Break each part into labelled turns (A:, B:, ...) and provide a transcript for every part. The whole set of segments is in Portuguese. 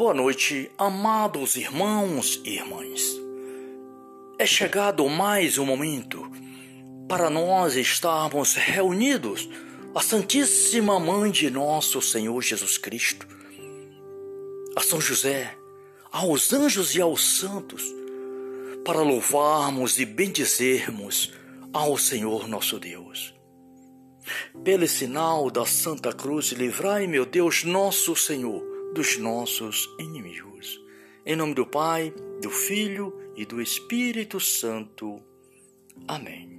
A: Boa noite, amados irmãos e irmãs. É chegado mais um momento para nós estarmos reunidos à Santíssima Mãe de nosso Senhor Jesus Cristo, a São José, aos anjos e aos santos, para louvarmos e bendizermos ao Senhor nosso Deus. Pelo sinal da Santa Cruz, livrai, meu Deus, nosso Senhor, dos nossos inimigos. Em nome do Pai, do Filho e do Espírito Santo. Amém.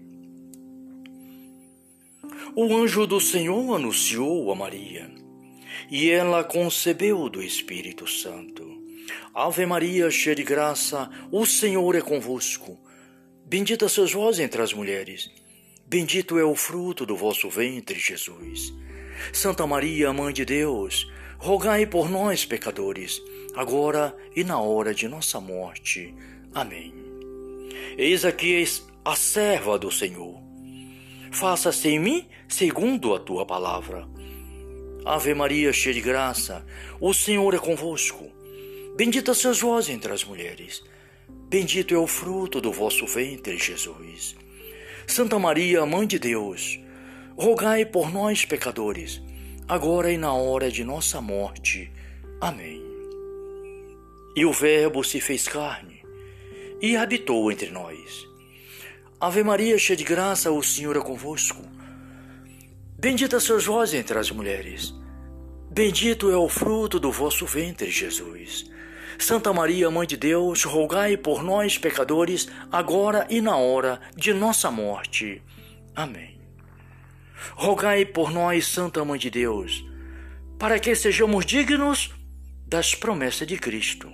A: O anjo do Senhor anunciou a Maria, e ela concebeu do Espírito Santo. Ave Maria, cheia de graça, o Senhor é convosco. Bendita sois vós entre as mulheres. Bendito é o fruto do vosso ventre, Jesus. Santa Maria, Mãe de Deus, rogai por nós, pecadores, agora e na hora de nossa morte. Amém. Eis aqui a serva do Senhor. Faça-se em mim segundo a tua palavra. Ave Maria, cheia de graça, o Senhor é convosco. Bendita sois vós entre as mulheres. Bendito é o fruto do vosso ventre, Jesus. Santa Maria, Mãe de Deus, rogai por nós, pecadores, agora e na hora de nossa morte. Amém. E o Verbo se fez carne e habitou entre nós. Ave Maria, cheia de graça, o Senhor é convosco. Bendita sois vós entre as mulheres. Bendito é o fruto do vosso ventre, Jesus. Santa Maria, Mãe de Deus, rogai por nós, pecadores, agora e na hora de nossa morte. Amém. Rogai por nós, Santa Mãe de Deus, para que sejamos dignos das promessas de Cristo.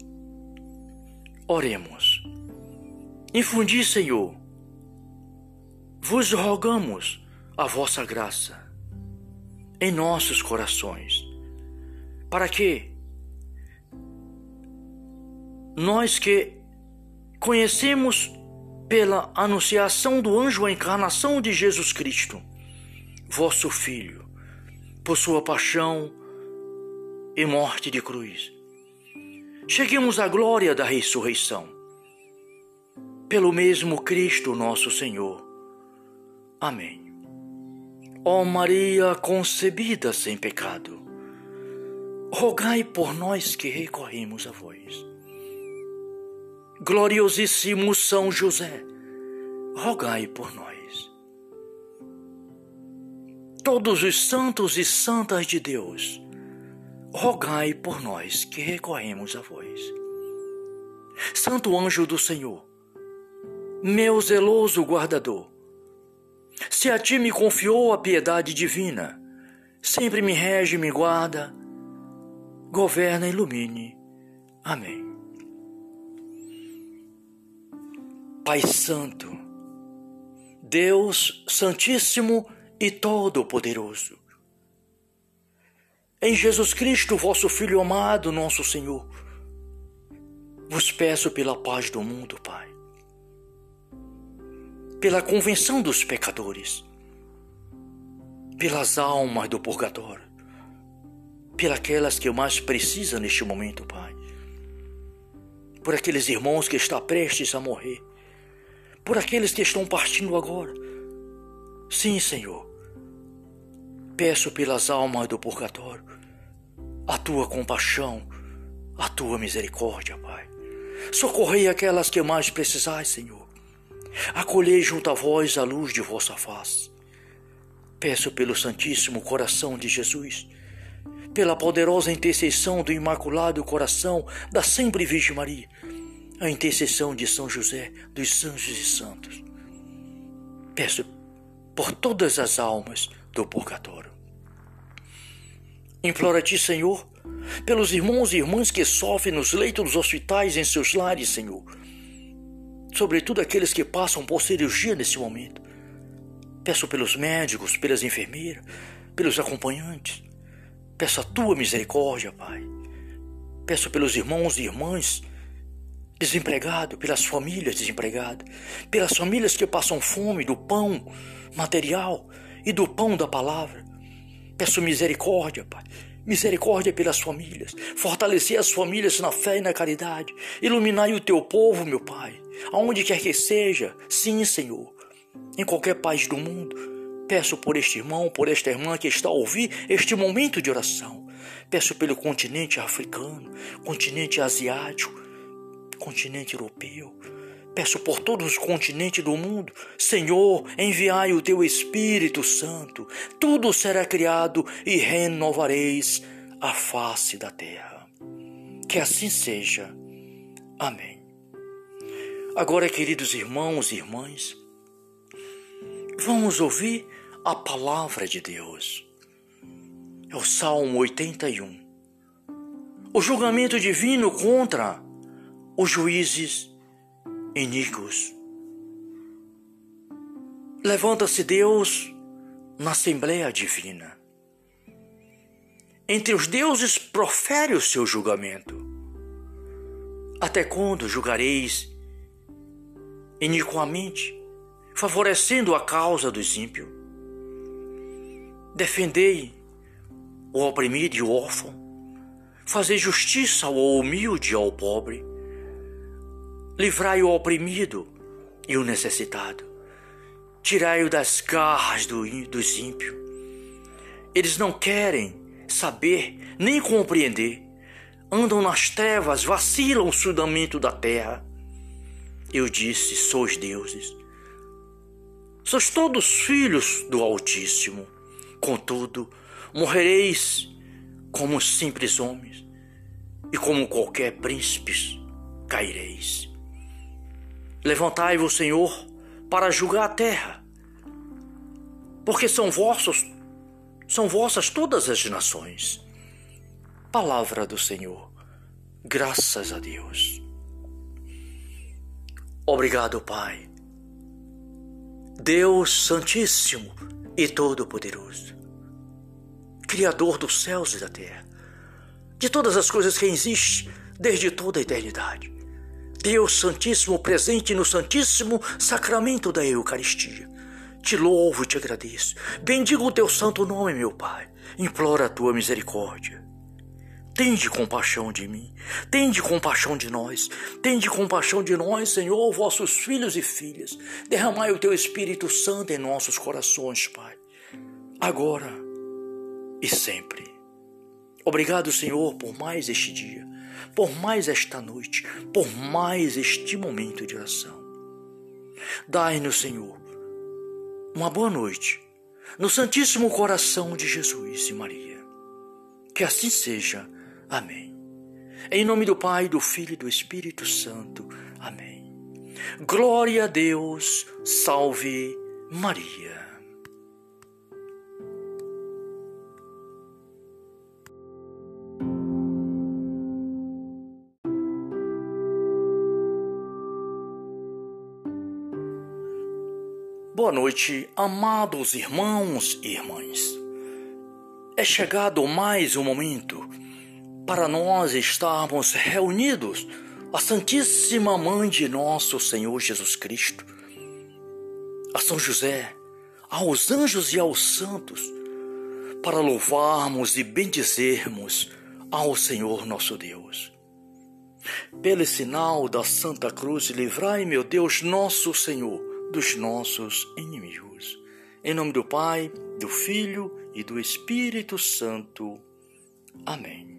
A: Oremos. Infundi, Senhor, vos rogamos a vossa graça em nossos corações, para que nós que conhecemos pela anunciação do anjo a encarnação de Jesus Cristo, vosso Filho, por sua paixão e morte de cruz, cheguemos à glória da ressurreição, pelo mesmo Cristo nosso Senhor. Amém. Ó Maria concebida sem pecado, rogai por nós que recorremos a vós. Gloriosíssimo São José, rogai por nós. Todos os santos e santas de Deus, rogai por nós que recorremos a vós. Santo anjo do Senhor, meu zeloso guardador, se a ti me confiou a piedade divina, sempre me rege, me guarda, governa e ilumine. Amém. Pai Santo, Deus Santíssimo e Todo-Poderoso, em Jesus Cristo, vosso Filho amado, nosso Senhor, vos peço pela paz do mundo, Pai, pela convenção dos pecadores, pelas almas do purgatório, pelas que mais precisam neste momento, Pai, por aqueles irmãos que estão prestes a morrer, por aqueles que estão partindo agora. Sim, Senhor, peço pelas almas do purgatório a tua compaixão, a tua misericórdia, Pai. Socorrei aquelas que mais precisais, Senhor. Acolhei junto a vós a luz de vossa face. Peço pelo Santíssimo Coração de Jesus, pela poderosa intercessão do Imaculado Coração da Sempre Virgem Maria, a intercessão de São José, dos anjos e santos. Peço por todas as almas do purgatório. Imploro a ti, Senhor, pelos irmãos e irmãs que sofrem nos leitos dos hospitais em seus lares, Senhor. Sobretudo aqueles que passam por cirurgia nesse momento. Peço pelos médicos, pelas enfermeiras, pelos acompanhantes. Peço a tua misericórdia, Pai. Peço pelos irmãos e irmãs desempregados, pelas famílias desempregadas, pelas famílias que passam fome do pão material e do pão da palavra. Peço misericórdia, Pai, misericórdia pelas famílias, fortalecer as famílias na fé e na caridade, iluminai o teu povo, meu Pai, aonde quer que seja, sim, Senhor, em qualquer país do mundo. Peço por este irmão, por esta irmã que está a ouvir este momento de oração. Peço pelo continente africano, continente asiático, continente europeu. Peço por todos os continentes do mundo. Senhor, enviai o teu Espírito Santo. Tudo será criado e renovareis a face da terra. Que assim seja. Amém. Agora, queridos irmãos e irmãs, vamos ouvir a palavra de Deus. É o Salmo 81. O julgamento divino contra os juízes iníquos. Levanta-se Deus na Assembleia Divina. Entre os deuses profere o seu julgamento. Até quando julgareis iniquamente, favorecendo a causa dos ímpios? Defendei o oprimido e o órfão, fazei justiça ao humilde e ao pobre, livrai o oprimido e o necessitado, tirai-o das garras dos ímpios. Eles não querem saber nem compreender, andam nas trevas, vacilam o fundamento da terra. Eu disse, sois deuses, sois todos filhos do Altíssimo, contudo, morrereis como simples homens, e como qualquer príncipe caireis. Levantai-vos, Senhor, para julgar a terra, porque são vossas todas as nações. Palavra do Senhor, graças a Deus. Obrigado, Pai, Deus Santíssimo e Todo-Poderoso, Criador dos céus e da terra, de todas as coisas que existem desde toda a eternidade. Deus Santíssimo, presente no Santíssimo Sacramento da Eucaristia. Te louvo e te agradeço. Bendigo o teu santo nome, meu Pai. Imploro a tua misericórdia. Tende compaixão de mim. Tende compaixão de nós. Tende compaixão de nós, Senhor, vossos filhos e filhas. Derramai o teu Espírito Santo em nossos corações, Pai. Agora e sempre. Obrigado, Senhor, por mais este dia, por mais esta noite, por mais este momento de oração. Dai-nos, Senhor, uma boa noite, no Santíssimo Coração de Jesus e Maria. Que assim seja. Amém. Em nome do Pai, do Filho e do Espírito Santo. Amém. Glória a Deus. Salve Maria. Boa noite, amados irmãos e irmãs. É chegado mais um momento para nós estarmos reunidos à Santíssima Mãe de nosso Senhor Jesus Cristo, a São José, aos anjos e aos santos, para louvarmos e bendizermos ao Senhor nosso Deus. Pelo sinal da Santa Cruz, livrai, meu Deus, nosso Senhor, dos nossos inimigos. Em nome do Pai, do Filho e do Espírito Santo. Amém.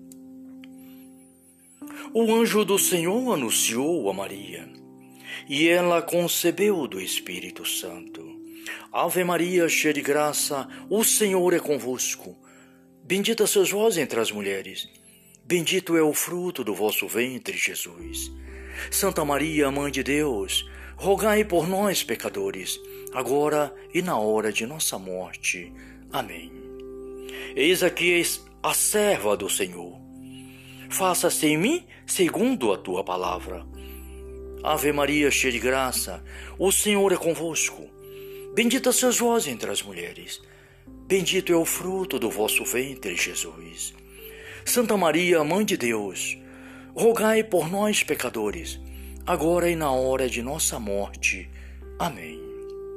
A: O anjo do Senhor anunciou a Maria, e ela concebeu do Espírito Santo. Ave Maria, cheia de graça, o Senhor é convosco. Bendita sois vós entre as mulheres. Bendito é o fruto do vosso ventre, Jesus. Santa Maria, Mãe de Deus, rogai por nós, pecadores, agora e na hora de nossa morte. Amém. Eis aqui a serva do Senhor. Faça-se em mim segundo a tua palavra. Ave Maria, cheia de graça, o Senhor é convosco. Bendita sois vós entre as mulheres. Bendito é o fruto do vosso ventre, Jesus. Santa Maria, Mãe de Deus, rogai por nós, pecadores, agora e na hora de nossa morte. Amém.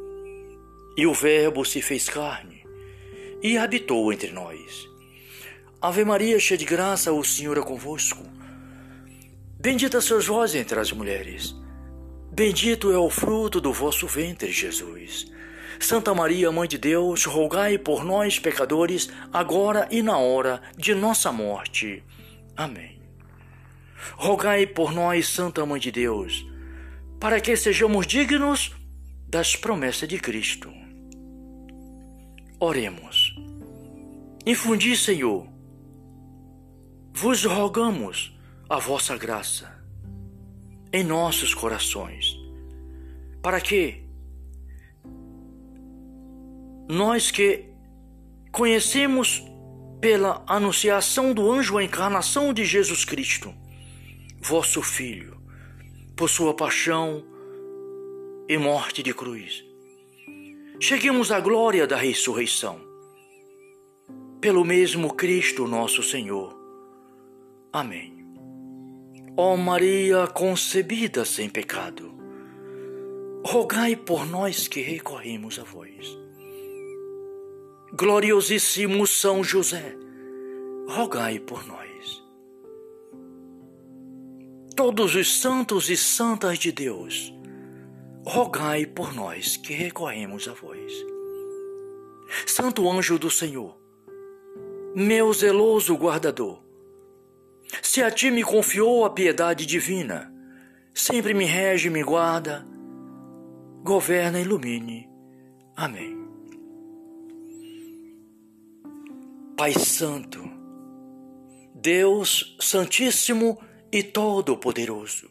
A: E o Verbo se fez carne e habitou entre nós. Ave Maria, cheia de graça, o Senhor é convosco. Bendita sois vós entre as mulheres. Bendito é o fruto do vosso ventre, Jesus. Santa Maria, Mãe de Deus, rogai por nós, pecadores, agora e na hora de nossa morte. Amém. Rogai por nós, Santa Mãe de Deus, para que sejamos dignos das promessas de Cristo. Oremos. Infundi, Senhor, vos rogamos a vossa graça em nossos corações, para que nós que conhecemos pela anunciação do anjo a encarnação de Jesus Cristo, vosso Filho, por sua paixão e morte de cruz, cheguemos à glória da ressurreição, pelo mesmo Cristo nosso Senhor. Amém. Ó Maria concebida sem pecado, rogai por nós que recorremos a vós. Gloriosíssimo São José, rogai por nós. Todos os santos e santas de Deus, rogai por nós que recorremos a vós. Santo anjo do Senhor, meu zeloso guardador, se a ti me confiou a piedade divina, sempre me rege, me guarda, governa e ilumine. Amém. Pai Santo, Deus Santíssimo e Todo-Poderoso,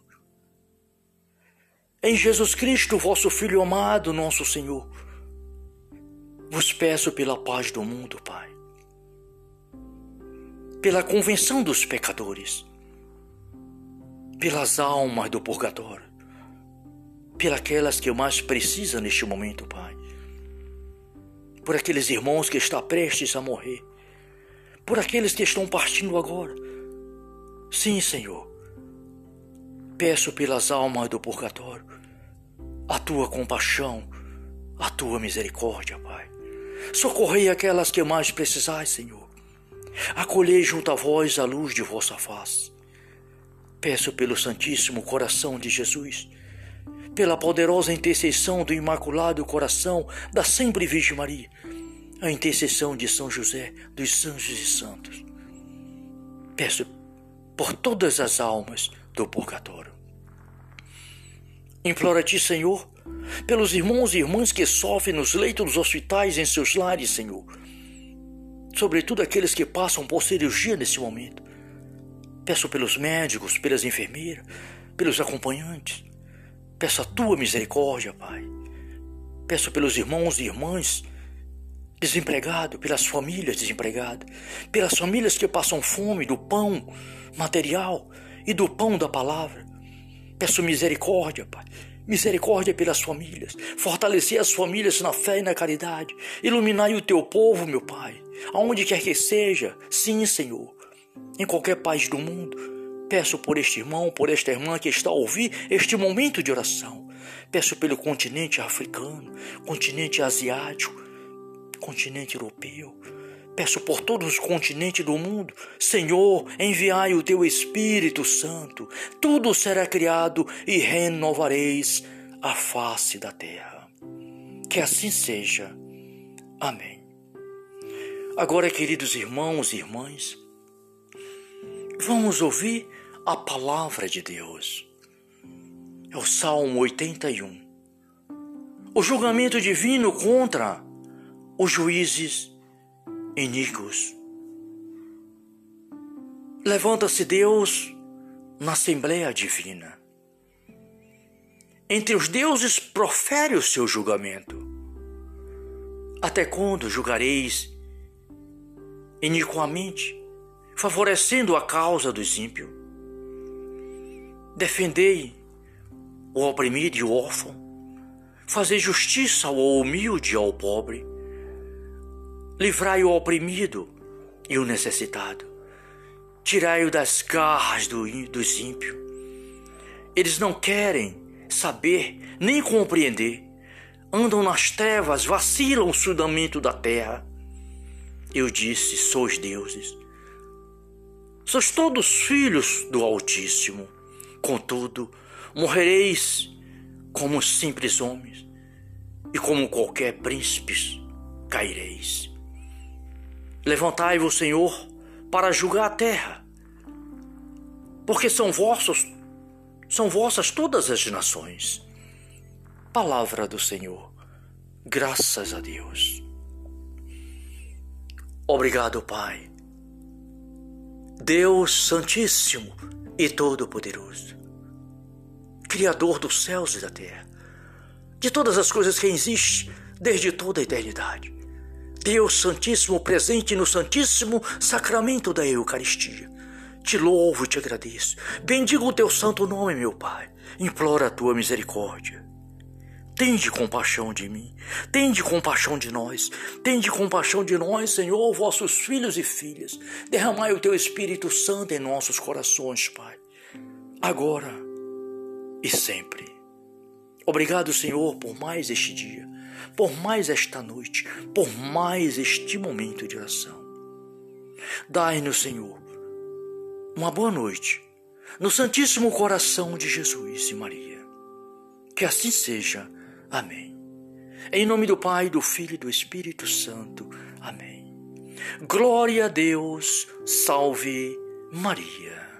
A: em Jesus Cristo, vosso Filho amado, nosso Senhor, vos peço pela paz do mundo, Pai, pela convenção dos pecadores, pelas almas do purgatório, pelas que mais precisam neste momento, Pai, por aqueles irmãos que estão prestes a morrer, por aqueles que estão partindo agora. Sim, Senhor, peço pelas almas do purgatório a tua compaixão, a tua misericórdia, Pai. Socorrei aquelas que mais precisais, Senhor. Acolhei junto a vós a luz de vossa face. Peço pelo Santíssimo Coração de Jesus, pela poderosa intercessão do Imaculado Coração da Sempre Virgem Maria, a intercessão de São José, dos anjos e santos. Peço por todas as almas do purgatório. Imploro a ti, Senhor, pelos irmãos e irmãs que sofrem nos leitos dos hospitais em seus lares, Senhor, sobretudo aqueles que passam por cirurgia nesse momento. Peço pelos médicos, pelas enfermeiras, pelos acompanhantes. Peço a tua misericórdia, Pai. Peço pelos irmãos e irmãs desempregados, pelas famílias desempregadas, pelas famílias que passam fome do pão material e do pão da palavra. Peço misericórdia, Pai. Misericórdia pelas famílias. Fortalecer as famílias na fé e na caridade. Iluminai o teu povo, meu Pai, aonde quer que seja. Sim, Senhor, em qualquer país do mundo. Peço por este irmão, por esta irmã que está a ouvir este momento de oração. Peço pelo continente africano, continente asiático, continente europeu. Peço por todos os continentes do mundo. Senhor, enviai o teu Espírito Santo. Tudo será criado e renovareis a face da terra. Que assim seja. Amém. Agora, queridos irmãos e irmãs, vamos ouvir a palavra de Deus. É o Salmo 81. O julgamento divino contra os juízes iníquos. Levanta-se Deus na Assembleia Divina. Entre os deuses profere o seu julgamento. Até quando julgareis iniquamente, favorecendo a causa dos ímpios? Defendei o oprimido e o órfão, fazei justiça ao humilde e ao pobre, livrai o oprimido e o necessitado, tirai-o das garras dos ímpios. Eles não querem saber nem compreender, andam nas trevas, vacilam o fundamento da terra. Eu disse: sois deuses, Sois todos filhos do Altíssimo. Contudo, morrereis como simples homens, e como qualquer príncipe caireis. Levantai-vos, Senhor, para julgar a terra, porque são vossas todas as nações. Palavra do Senhor. Graças a Deus. Obrigado, Pai, Deus Santíssimo e Todo-Poderoso, Criador dos céus e da terra, de todas as coisas que existem desde toda a eternidade. Deus Santíssimo, presente no Santíssimo Sacramento da Eucaristia. Te louvo e te agradeço. Bendigo o teu santo nome, meu Pai. Imploro a tua misericórdia. Tende compaixão de mim, tende compaixão de nós, tende compaixão de nós, Senhor, vossos filhos e filhas. Derramai o teu Espírito Santo em nossos corações, Pai, agora e sempre. Obrigado, Senhor, por mais este dia, por mais esta noite, por mais este momento de oração. Dai-nos, Senhor, uma boa noite, no Santíssimo Coração de Jesus e Maria. Que assim seja. Amém. Em nome do Pai, do Filho e do Espírito Santo. Amém. Glória a Deus. Salve Maria.